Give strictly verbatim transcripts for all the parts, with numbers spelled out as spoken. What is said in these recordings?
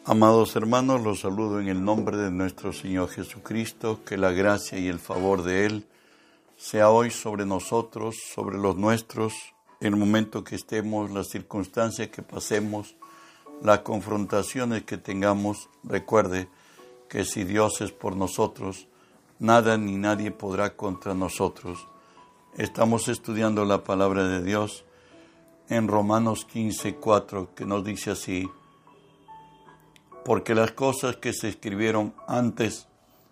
Amados hermanos, los saludo en el nombre de nuestro Señor Jesucristo, que la gracia y el favor de Él sea hoy sobre nosotros, sobre los nuestros, en el momento que estemos, las circunstancias que pasemos, las confrontaciones que tengamos. Recuerde que si Dios es por nosotros, nada ni nadie podrá contra nosotros. Estamos estudiando la palabra de Dios en Romanos quince, cuatro, que nos dice así: porque las cosas que se escribieron antes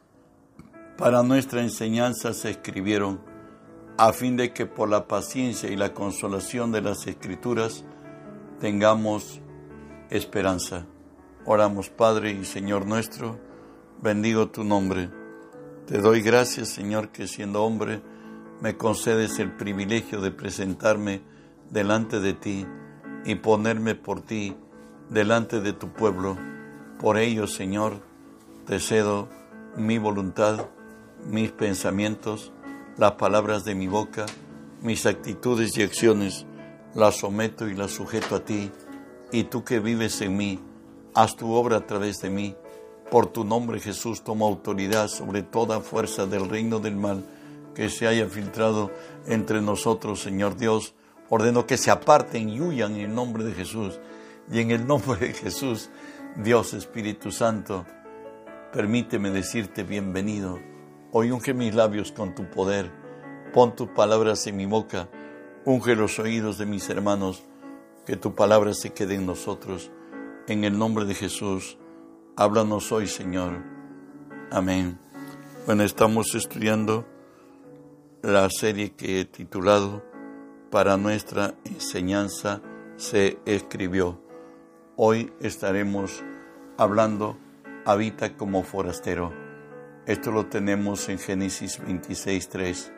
para nuestra enseñanza se escribieron, a fin de que por la paciencia y la consolación de las Escrituras tengamos esperanza. Oramos, Padre y Señor nuestro, bendigo tu nombre. Te doy gracias, Señor, que siendo hombre me concedes el privilegio de presentarme delante de ti y ponerme por ti delante de tu pueblo. Por ello, Señor, te cedo mi voluntad, mis pensamientos, las palabras de mi boca, mis actitudes y acciones, las someto y las sujeto a ti. Y tú que vives en mí, haz tu obra a través de mí. Por tu nombre, Jesús, toma autoridad sobre toda fuerza del reino del mal que se haya filtrado entre nosotros, Señor Dios. Ordeno que se aparten y huyan en el nombre de Jesús. Y en el nombre de Jesús, Dios Espíritu Santo, permíteme decirte bienvenido. Hoy unge mis labios con tu poder, pon tus palabras en mi boca, unge los oídos de mis hermanos, que tu palabra se quede en nosotros. En el nombre de Jesús, háblanos hoy, Señor. Amén. Bueno, estamos estudiando la serie que he titulado Para nuestra enseñanza se escribió. Hoy estaremos hablando, habita como forastero. Esto lo tenemos en Génesis veintiséis, tres.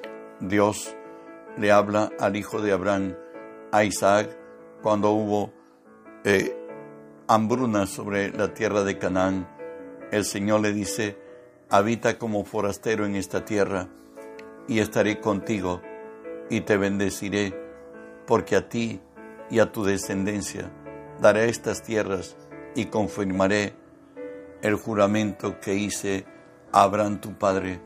Dios le habla al hijo de Abraham, a Isaac, cuando hubo eh, hambruna sobre la tierra de Canaán. El Señor le dice: habita como forastero en esta tierra, y estaré contigo, y te bendeciré, porque a ti y a tu descendencia daré estas tierras y confirmaré el juramento que hice a Abraham tu padre.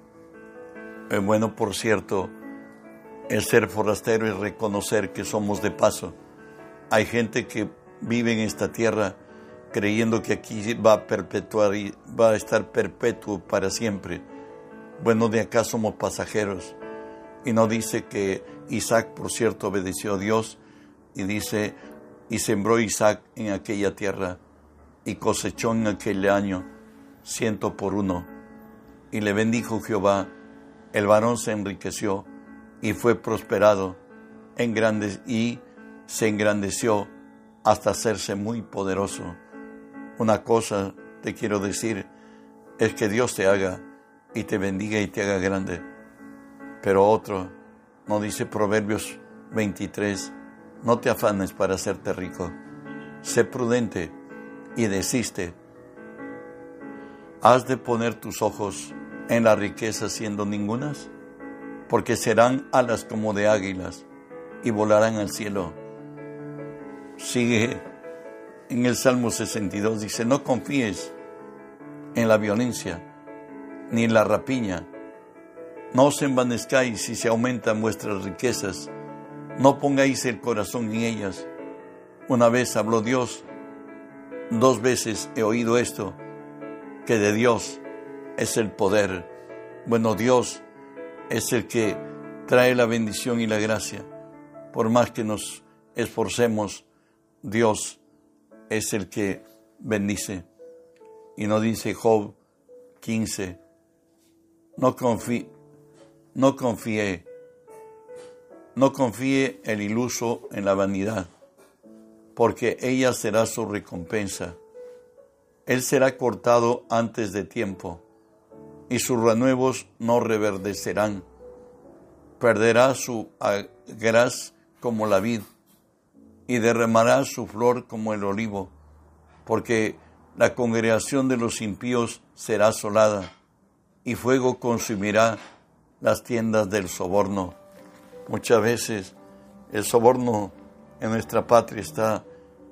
Eh, bueno, por cierto, el ser forastero es reconocer que somos de paso. Hay gente que vive en esta tierra creyendo que aquí va a perpetuar y va a estar perpetuo para siempre. Bueno, de acá somos pasajeros. Y no dice que Isaac, por cierto, obedeció a Dios, y dice: y sembró Isaac en aquella tierra, y cosechó en aquel año ciento por uno. Y le bendijo Jehová, el varón se enriqueció, y fue prosperado, en grandes, y se engrandeció hasta hacerse muy poderoso. Una cosa te quiero decir, es que Dios te haga, y te bendiga y te haga grande. Pero otro, no dice Proverbios veintitrés, no te afanes para hacerte rico, sé prudente y desiste. ¿Has de poner tus ojos en la riqueza siendo ningunas? Porque serán alas como de águilas y volarán al cielo. Sigue en el Salmo sesenta y dos, dice: no confíes en la violencia ni en la rapiña. No os envanezcáis si se aumentan vuestras riquezas. No pongáis el corazón en ellas. Una vez habló Dios, dos veces he oído esto, que de Dios es el poder. Bueno, Dios es el que trae la bendición y la gracia. Por más que nos esforcemos, Dios es el que bendice. Y no dice Job quince, no confíe, no confíe, no confíe el iluso en la vanidad, porque ella será su recompensa. Él será cortado antes de tiempo, y sus renuevos no reverdecerán. Perderá su agraz como la vid, y derramará su flor como el olivo, porque la congregación de los impíos será asolada, y fuego consumirá las tiendas del soborno. Muchas veces el soborno en nuestra patria está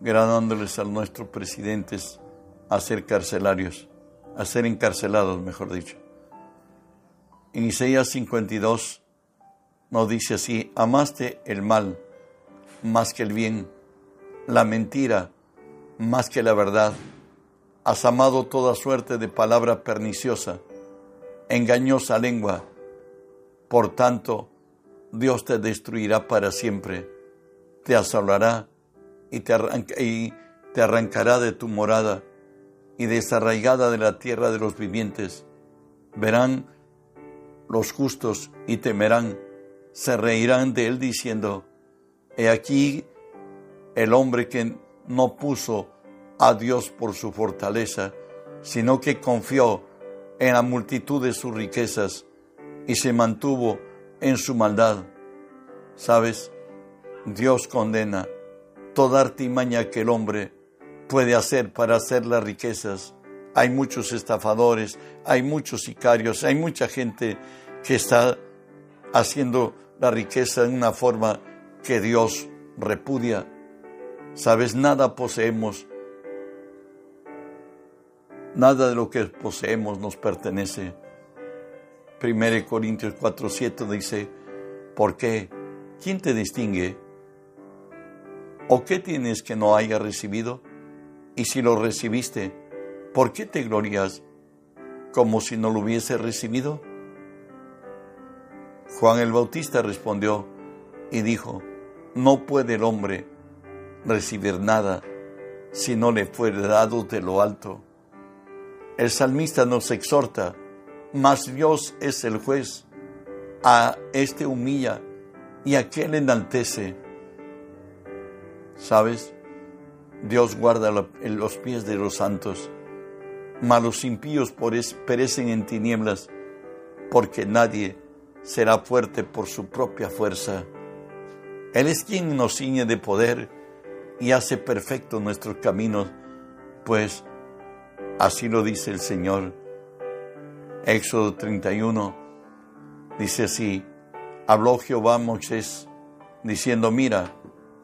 granándoles a nuestros presidentes a ser carcelarios, a ser encarcelados, mejor dicho. En Isaías cincuenta y dos nos dice así: amaste el mal más que el bien, la mentira más que la verdad. Has amado toda suerte de palabra perniciosa, engañosa lengua. Por tanto, Dios te destruirá para siempre, te asolará y te, arranca, y te arrancará de tu morada y desarraigada de la tierra de los vivientes. Verán los justos y temerán, se reirán de él diciendo: he aquí el hombre que no puso a Dios por su fortaleza, sino que confió en la multitud de sus riquezas y se mantuvo en su maldad. ¿Sabes? Dios condena toda artimaña que el hombre puede hacer para hacer las riquezas. Hay muchos estafadores, hay muchos sicarios, hay mucha gente que está haciendo la riqueza en una forma que Dios repudia. ¿Sabes? Nada poseemos. Nada de lo que poseemos nos pertenece. Primera de Corintios cuatro siete dice: ¿por qué? ¿Quién te distingue? ¿O qué tienes que no hayas recibido? Y si lo recibiste, ¿por qué te glorías como si no lo hubiese recibido? Juan el Bautista respondió y dijo: no puede el hombre recibir nada si no le fuere dado de lo alto. El salmista nos exhorta: mas Dios es el juez, a este humilla y a aquel enaltece. ¿Sabes? Dios guarda los pies de los santos, mas los impíos perecen en tinieblas, porque nadie será fuerte por su propia fuerza. Él es quien nos ciñe de poder y hace perfectos nuestros caminos, pues así lo dice el Señor. Éxodo treinta y uno dice así: habló Jehová a Moisés, diciendo: mira,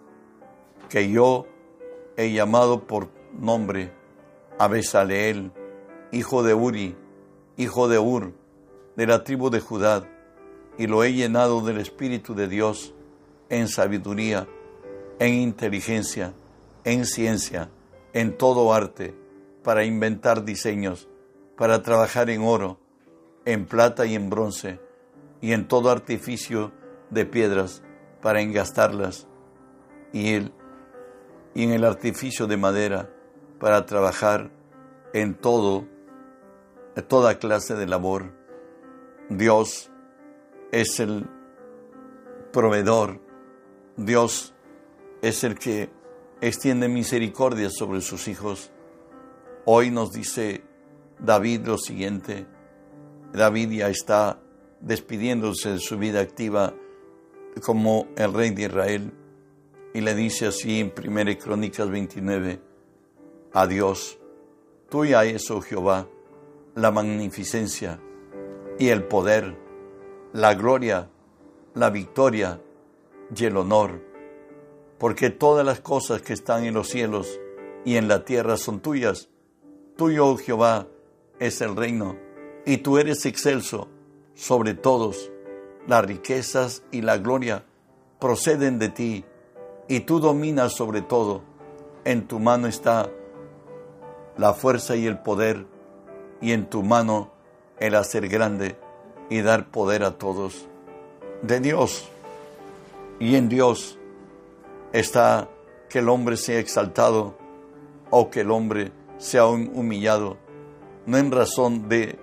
que yo he llamado por nombre a Bezaleel, hijo de Uri, hijo de Ur, de la tribu de Judá, y lo he llenado del Espíritu de Dios en sabiduría, en inteligencia, en ciencia, en todo arte, para inventar diseños, para trabajar en oro, en plata y en bronce, y en todo artificio de piedras, para engastarlas, y, el, y en el artificio de madera, para trabajar en todo, en toda clase de labor. Dios es el proveedor. Dios es el que extiende misericordia sobre sus hijos. Hoy nos dice David lo siguiente. David ya está despidiéndose de su vida activa como el rey de Israel, y le dice así en Primera Crónicas veintinueve: adiós, tuya es, oh Jehová, la magnificencia y el poder, la gloria, la victoria y el honor, porque todas las cosas que están en los cielos y en la tierra son tuyas. Tuyo, oh Jehová, es el reino, y tú eres excelso sobre todos. Las riquezas y la gloria proceden de ti, y tú dominas sobre todo. En tu mano está la fuerza y el poder, y en tu mano el hacer grande y dar poder a todos. De Dios y en Dios está que el hombre sea exaltado o que el hombre sea humillado, no en razón de,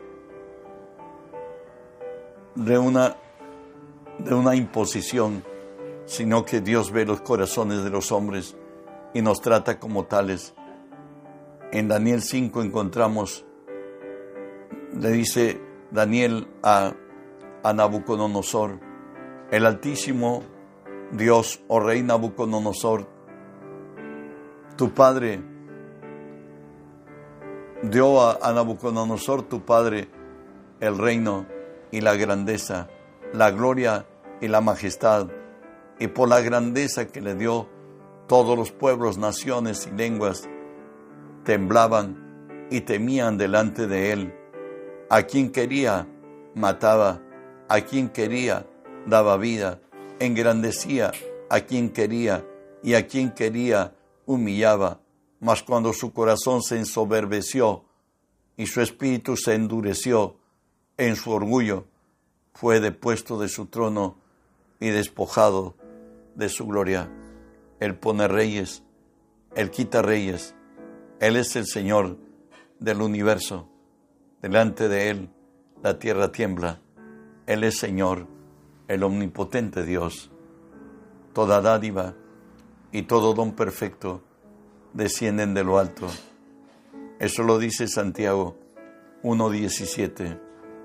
de, una, de una imposición, sino que Dios ve los corazones de los hombres y nos trata como tales. En Daniel cinco encontramos, le dice Daniel a, a Nabucodonosor: el Altísimo Dios, oh rey Nabucodonosor, tu padre dio a, a Nabucodonosor, tu padre, el reino y la grandeza, la gloria y la majestad, y por la grandeza que le dio, Todos los pueblos, naciones y lenguas temblaban y temían delante de él. A quien quería, mataba. A quien quería, daba vida. Engrandecía a quien quería y a quien quería, humillaba. Mas cuando su corazón se ensoberbeció y su espíritu se endureció en su orgullo, fue depuesto de su trono y despojado de su gloria. Él pone reyes, Él quita reyes. Él es el Señor del universo. Delante de Él la tierra tiembla. Él es Señor, el omnipotente Dios. Toda dádiva y todo don perfecto descienden de lo alto. Eso lo dice Santiago uno diecisiete.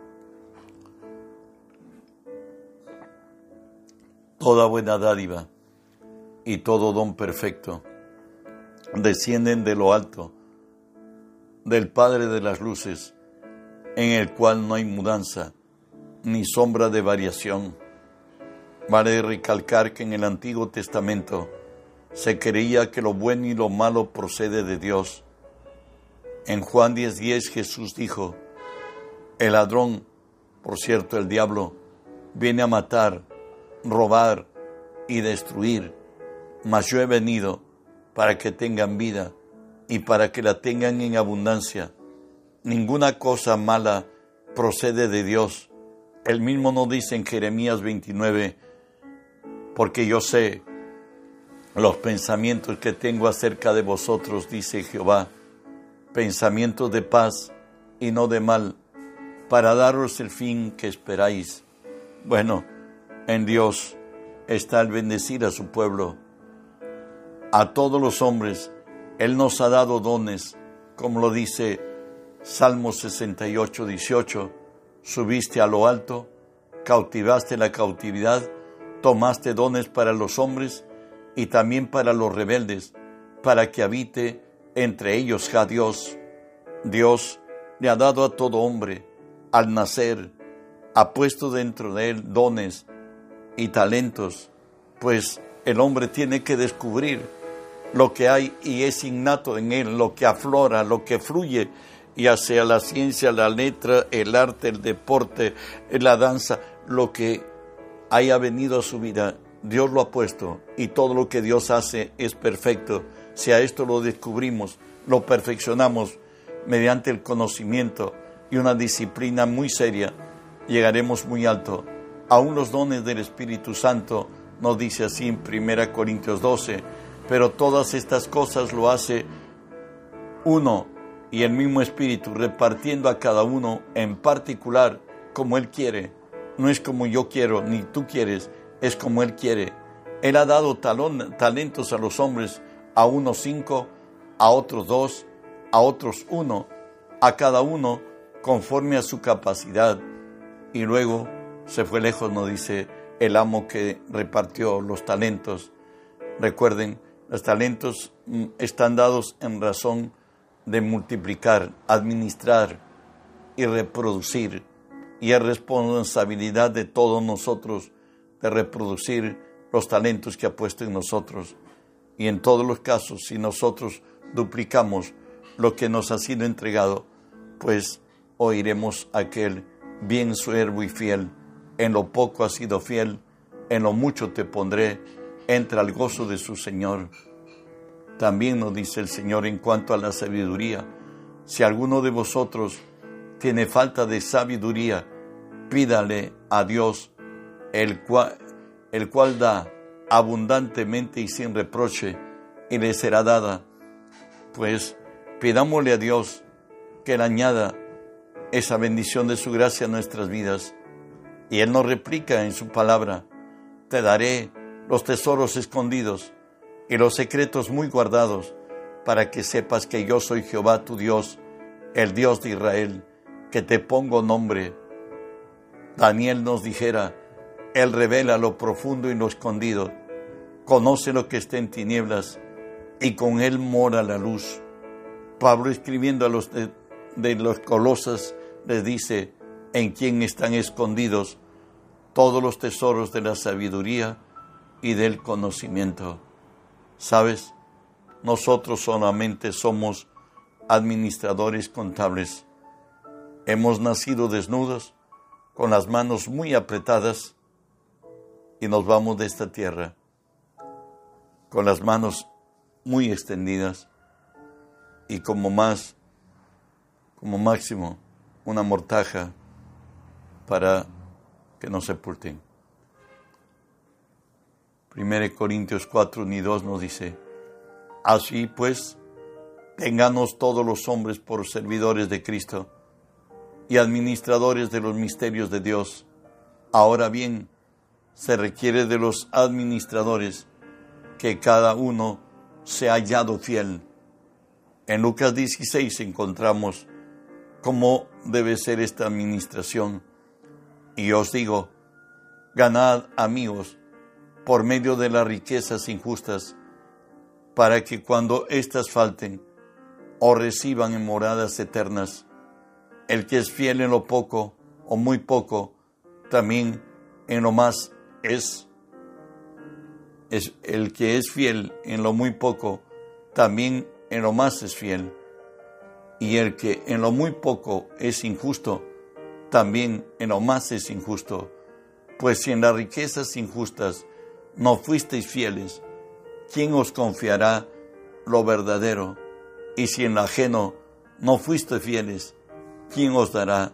Toda buena dádiva y todo don perfecto descienden de lo alto, del Padre de las luces, en el cual no hay mudanza ni sombra de variación. Vale recalcar que en el Antiguo Testamento se creía que lo bueno y lo malo procede de Dios. En Juan diez diez Jesús dijo: el ladrón, por cierto el diablo, viene a matar, robar y destruir, mas yo he venido para que tengan vida y para que la tengan en abundancia. Ninguna cosa mala procede de Dios. Él mismo nos dice en Jeremías veintinueve, porque yo sé los pensamientos que tengo acerca de vosotros, dice Jehová, pensamientos de paz y no de mal, para daros el fin que esperáis. Bueno, en Dios está el bendecir a su pueblo. A todos los hombres Él nos ha dado dones, como lo dice Salmo sesenta y ocho, dieciocho. Subiste a lo alto, cautivaste la cautividad, tomaste dones para los hombres y también para los rebeldes, para que habite entre ellos ja Dios. Dios le ha dado a todo hombre, al nacer, ha puesto dentro de él dones y talentos, pues el hombre tiene que descubrir lo que hay y es innato en él, lo que aflora, lo que fluye, ya sea la ciencia, la letra, el arte, el deporte, la danza, lo que haya venido a su vida, Dios lo ha puesto y todo lo que Dios hace es perfecto. Si a esto lo descubrimos, lo perfeccionamos mediante el conocimiento y una disciplina muy seria, llegaremos muy alto. Aún los dones del Espíritu Santo, nos dice así en primera Corintios doce, pero todas estas cosas lo hace uno y el mismo Espíritu, repartiendo a cada uno en particular como Él quiere. No es como yo quiero, ni tú quieres, es como Él quiere. Él ha dado talón, talentos a los hombres, a unos cinco, a otros dos, a otros uno, a cada uno conforme a su capacidad. Y luego se fue lejos, nos dice el amo que repartió los talentos. Recuerden, los talentos están dados en razón de multiplicar, administrar y reproducir. Y es responsabilidad de todos nosotros de reproducir los talentos que ha puesto en nosotros. Y en todos los casos, si nosotros duplicamos lo que nos ha sido entregado, pues oiremos aquel: bien siervo y fiel, en lo poco has sido fiel, en lo mucho te pondré, entra al gozo de su Señor. También nos dice el Señor en cuanto a la sabiduría: si alguno de vosotros tiene falta de sabiduría, pídale a Dios, el cual, el cual da abundantemente y sin reproche, y le será dada. Pues pidámosle a Dios que Él añada esa bendición de su gracia a nuestras vidas. Y Él nos replica en su palabra: te daré los tesoros escondidos y los secretos muy guardados, para que sepas que yo soy Jehová tu Dios, el Dios de Israel, que te pongo nombre. Daniel nos dijera: Él revela lo profundo y lo escondido, conoce lo que está en tinieblas, y con Él mora la luz. Pablo, escribiendo a los de, de los Colosas, les dice: en quien están escondidos todos los tesoros de la sabiduría y del conocimiento. ¿Sabes? Nosotros solamente somos administradores contables. Hemos nacido desnudos, con las manos muy apretadas, y nos vamos de esta tierra con las manos muy extendidas y como más, como máximo, una mortaja para que nos sepulten. Primera Corintios cuatro, ni dos nos dice: así pues, ténganos todos los hombres por servidores de Cristo y administradores de los misterios de Dios. Ahora bien, se requiere de los administradores que cada uno sea hallado fiel. En Lucas dieciséis encontramos cómo debe ser esta administración. Y os digo, ganad amigos por medio de las riquezas injustas, para que cuando éstas falten, os reciban en moradas eternas. El que es fiel en lo poco o muy poco, también en lo más es, es el que es fiel en lo muy poco, también en lo más es fiel. Y el que en lo muy poco es injusto, también en lo más es injusto. Pues si en las riquezas injustas no fuisteis fieles, ¿quién os confiará lo verdadero? Y si en lo ajeno no fuisteis fieles, ¿quién os dará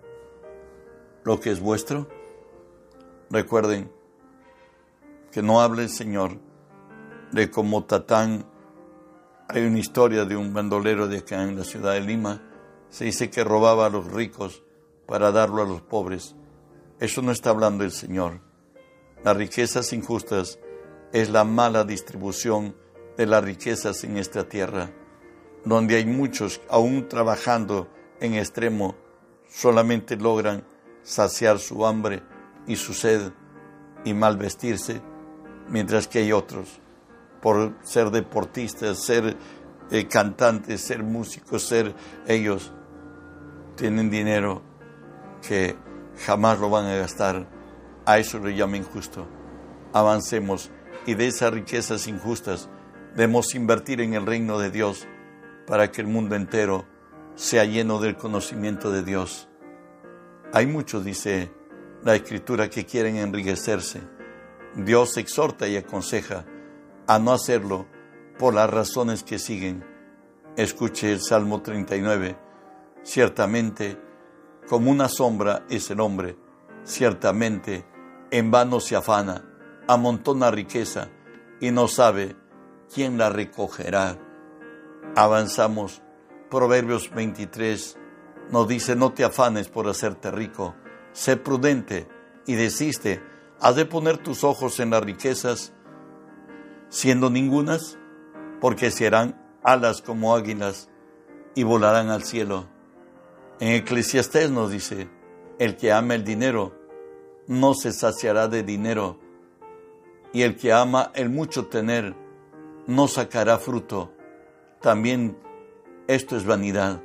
lo que es vuestro? Recuerden que no hable el Señor de cómo Tatán. Hay una historia de un bandolero de acá en la ciudad de Lima. Se dice que robaba a los ricos para darlo a los pobres. Eso no está hablando el Señor. Las riquezas injustas es la mala distribución de las riquezas en esta tierra, donde hay muchos aún trabajando en extremo, solamente logran saciar su hambre y su sed y mal vestirse, mientras que hay otros, por ser deportistas, ser eh, cantantes, ser músicos, ser ellos, tienen dinero que jamás lo van a gastar. A eso le llama injusto. Avancemos y de esas riquezas injustas debemos invertir en el reino de Dios para que el mundo entero sea lleno del conocimiento de Dios. Hay muchos, dice la Escritura, que quieren enriquecerse. Dios exhorta y aconseja a no hacerlo por las razones que siguen. Escuche el Salmo treinta y nueve. Ciertamente, como una sombra es el hombre, ciertamente en vano se afana, amontona riqueza y no sabe quién la recogerá. Avanzamos. Proverbios veintitrés nos dice: no te afanes por hacerte rico, sé prudente y desiste. Has de poner tus ojos en las riquezas, siendo ningunas, porque serán alas como águilas y volarán al cielo. En Eclesiastés nos dice: el que ama el dinero no se saciará de dinero, y el que ama el mucho tener no sacará fruto. También esto es vanidad.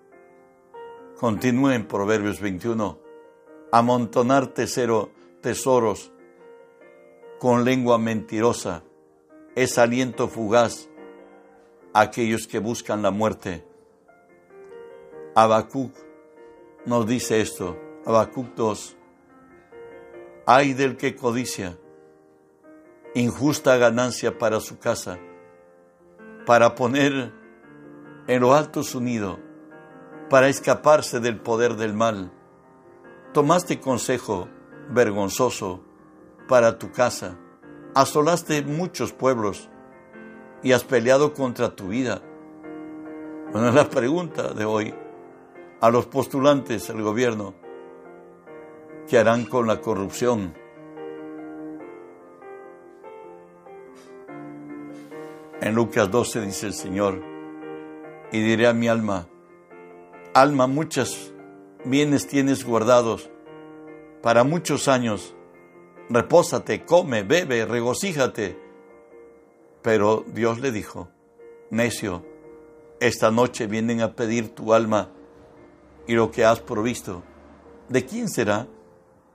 Continúe en Proverbios veintiuno. Amontonar tesoro, tesoros con lengua mentirosa es aliento fugaz a aquellos que buscan la muerte. Habacuc nos dice esto, Habacuc dos. Ay del que codicia injusta ganancia para su casa, para poner en lo alto su nido, para escaparse del poder del mal. Tomaste consejo vergonzoso para tu casa, asolaste muchos pueblos y has peleado contra tu vida. Bueno, la pregunta de hoy a los postulantes al gobierno: ¿qué harán con la corrupción? En Lucas doce dice el Señor: y diré a mi alma, alma, muchos bienes tienes guardados para muchos años, repósate, come, bebe, regocíjate. Pero Dios le dijo: necio, esta noche vienen a pedir tu alma y lo que has provisto, ¿de quién será?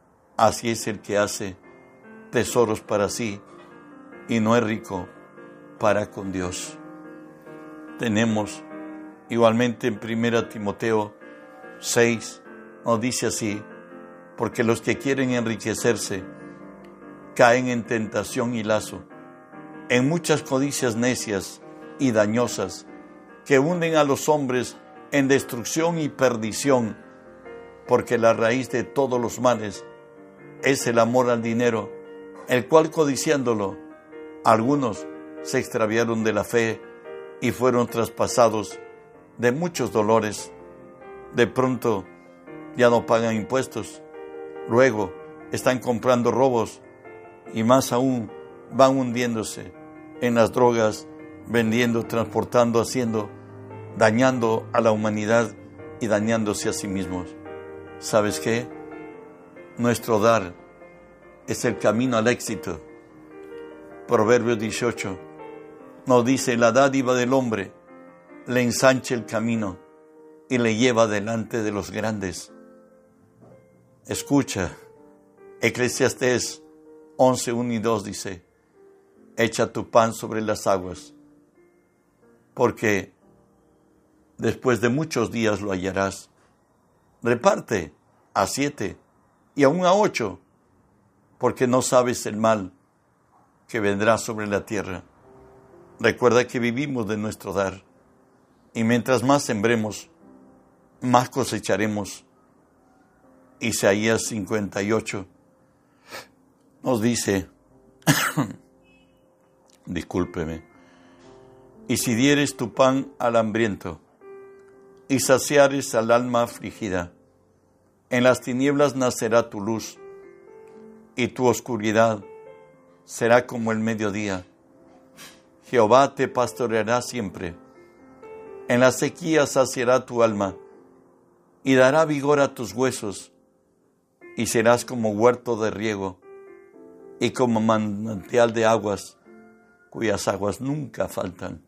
Así es el que hace tesoros para sí y no es rico para con Dios. Tenemos igualmente en primera Timoteo seis, nos dice así: porque los que quieren enriquecerse caen en tentación y lazo, en muchas codicias necias y dañosas, que hunden a los hombres en destrucción y perdición, porque la raíz de todos los males es el amor al dinero, el cual, codiciándolo, algunos se extraviaron de la fe y fueron traspasados de muchos dolores. De pronto ya no pagan impuestos, luego están comprando robos y más aún van hundiéndose en las drogas, vendiendo, transportando, haciendo, dañando a la humanidad y dañándose a sí mismos. ¿Sabes qué? Nuestro dar es el camino al éxito. Proverbios dieciocho nos dice: la dádiva del hombre le ensancha el camino y le lleva delante de los grandes. Escucha, Eclesiastés once, uno y dos dice: echa tu pan sobre las aguas, porque después de muchos días lo hallarás. Reparte a siete y aún a ocho, porque no sabes el mal que vendrá sobre la tierra. Recuerda que vivimos de nuestro dar, y mientras más sembremos, más cosecharemos. Isaías cincuenta y ocho nos dice, discúlpeme, y si dieres tu pan al hambriento, y saciares al alma afligida, en las tinieblas nacerá tu luz, y tu oscuridad será como el mediodía. Jehová te pastoreará siempre, en la sequía saciará tu alma, y dará vigor a tus huesos, y serás como huerto de riego, y como manantial de aguas, cuyas aguas nunca faltan.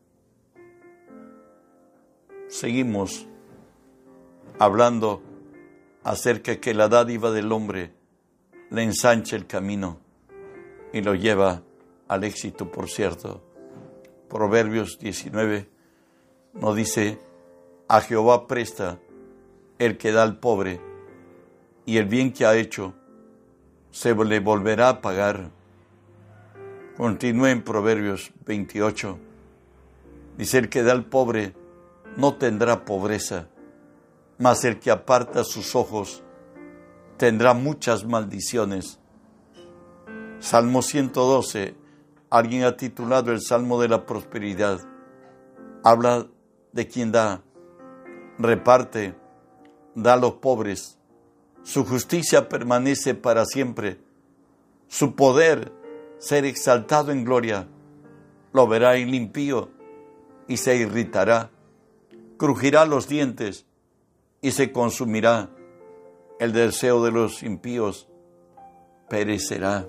Seguimos hablando acerca de que la dádiva del hombre le ensancha el camino y lo lleva al éxito, por cierto. Proverbios diecinueve nos dice: a Jehová presta el que da al pobre, y el bien que ha hecho se le volverá a pagar. Continúa en Proverbios veintiocho. Dice: el que da al pobre no tendrá pobreza, mas el que aparta sus ojos tendrá muchas maldiciones. Salmo ciento doce, alguien ha titulado el Salmo de la Prosperidad. Habla de quien da, reparte, da a los pobres. Su justicia permanece para siempre. Su poder ser exaltado en gloria. Lo verá el impío y se irritará. Crujirá los dientes y se consumirá. El deseo de los impíos perecerá.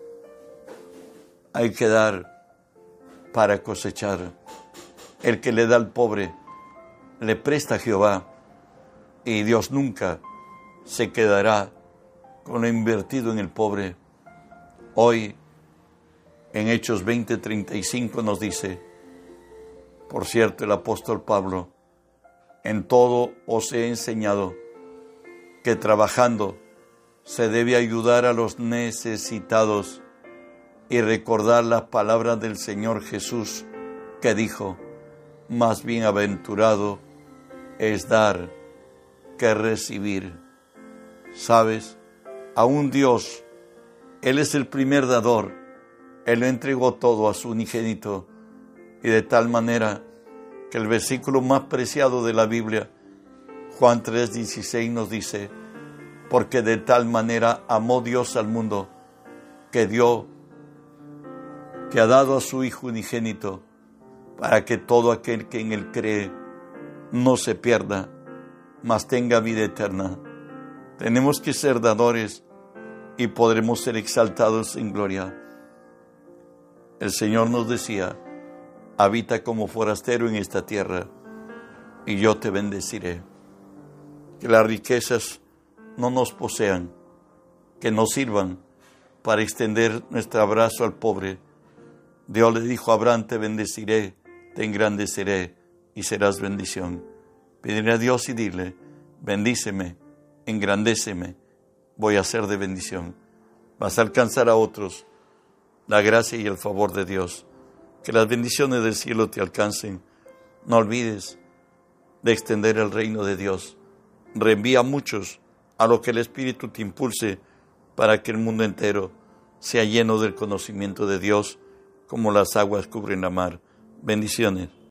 Hay que dar para cosechar. El que le da al pobre le presta a Jehová, y Dios nunca se quedará con lo invertido en el pobre. Hoy, en Hechos veinte, treinta y cinco nos dice, por cierto, el apóstol Pablo: en todo os he enseñado que trabajando se debe ayudar a los necesitados y recordar las palabras del Señor Jesús, que dijo: más bienaventurado es dar que recibir. ¿Sabes? Aún Dios, Él es el primer dador. Él lo entregó todo a su unigénito, y de tal manera que el versículo más preciado de la Biblia, Juan tres dieciséis, nos dice: porque de tal manera amó Dios al mundo, que dio, que ha dado a su Hijo unigénito, para que todo aquel que en Él cree no se pierda, mas tenga vida eterna. Tenemos que ser dadores y podremos ser exaltados en gloria. El Señor nos decía: habita como forastero en esta tierra, y yo te bendeciré. Que las riquezas no nos posean, que nos sirvan para extender nuestro abrazo al pobre, Dios le dijo a Abraham, te bendeciré, te engrandeceré y serás bendición. Pedirle a Dios y dile, bendíceme, engrandéceme, voy a ser de bendición. Vas a alcanzar a otros la gracia y el favor de Dios. Que las bendiciones del cielo te alcancen. No olvides de extender el reino de Dios. Reenvía a muchos a lo que el Espíritu te impulse para que el mundo entero sea lleno del conocimiento de Dios como las aguas cubren la mar. Bendiciones.